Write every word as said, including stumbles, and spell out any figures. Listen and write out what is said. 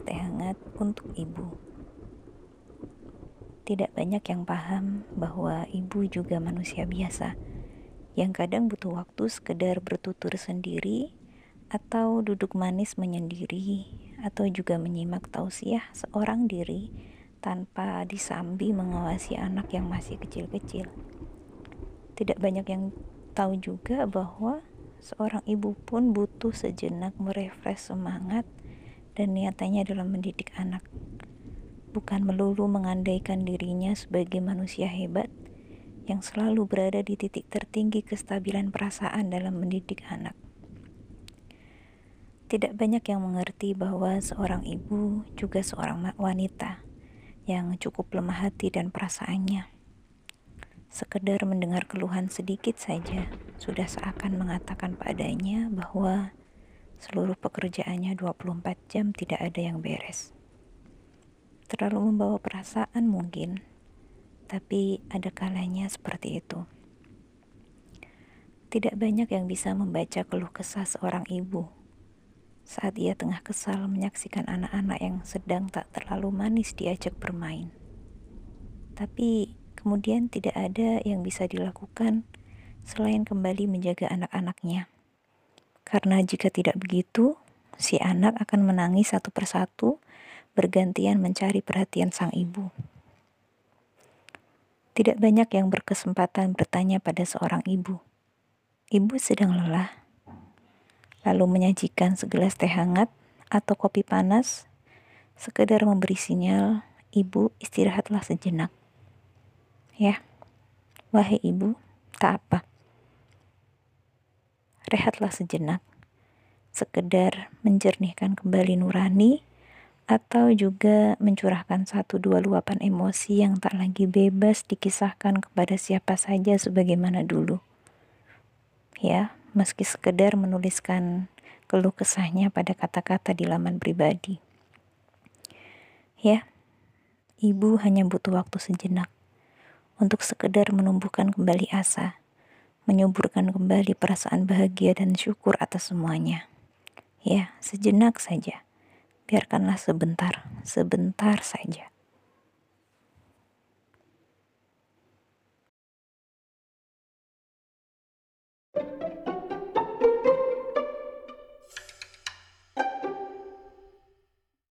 teh hangat untuk ibu. Tidak banyak yang paham bahwa ibu juga manusia biasa, yang kadang butuh waktu sekedar bertutur sendiri, atau duduk manis menyendiri, atau juga menyimak tausiah seorang diri tanpa disambi mengawasi anak yang masih kecil-kecil. Tidak banyak yang tahu juga bahwa seorang ibu pun butuh sejenak merefresh semangat dan niatannya dalam mendidik anak, bukan melulu mengandaikan dirinya sebagai manusia hebat yang selalu berada di titik tertinggi kestabilan perasaan dalam mendidik anak. Tidak banyak yang mengerti bahwa seorang ibu juga seorang wanita yang cukup lemah hati dan perasaannya. Sekedar mendengar keluhan sedikit saja sudah seakan mengatakan padanya bahwa seluruh pekerjaannya dua puluh empat jam tidak ada yang beres. Terlalu membawa perasaan mungkin, tapi ada kalanya seperti itu. Tidak banyak yang bisa membaca keluh kesah seorang ibu saat ia tengah kesal menyaksikan anak-anak yang sedang tak terlalu manis diajak bermain. Tapi kemudian tidak ada yang bisa dilakukan selain kembali menjaga anak-anaknya. Karena jika tidak begitu, si anak akan menangis satu persatu, bergantian mencari perhatian sang ibu. Tidak banyak yang berkesempatan bertanya pada seorang ibu, "Ibu sedang lelah?" Lalu menyajikan segelas teh hangat atau kopi panas, sekedar memberi sinyal, "Ibu, istirahatlah sejenak." Ya, wahai ibu, tak apa. Rehatlah sejenak, sekedar menjernihkan kembali nurani, atau juga mencurahkan satu dua luapan emosi yang tak lagi bebas dikisahkan kepada siapa saja sebagaimana dulu. Ya, meski sekedar menuliskan keluh kesahnya pada kata-kata di laman pribadi. Ya, ibu hanya butuh waktu sejenak untuk sekedar menumbuhkan kembali asa, menyuburkan kembali perasaan bahagia dan syukur atas semuanya. Ya, sejenak saja. Biarkanlah sebentar, sebentar saja.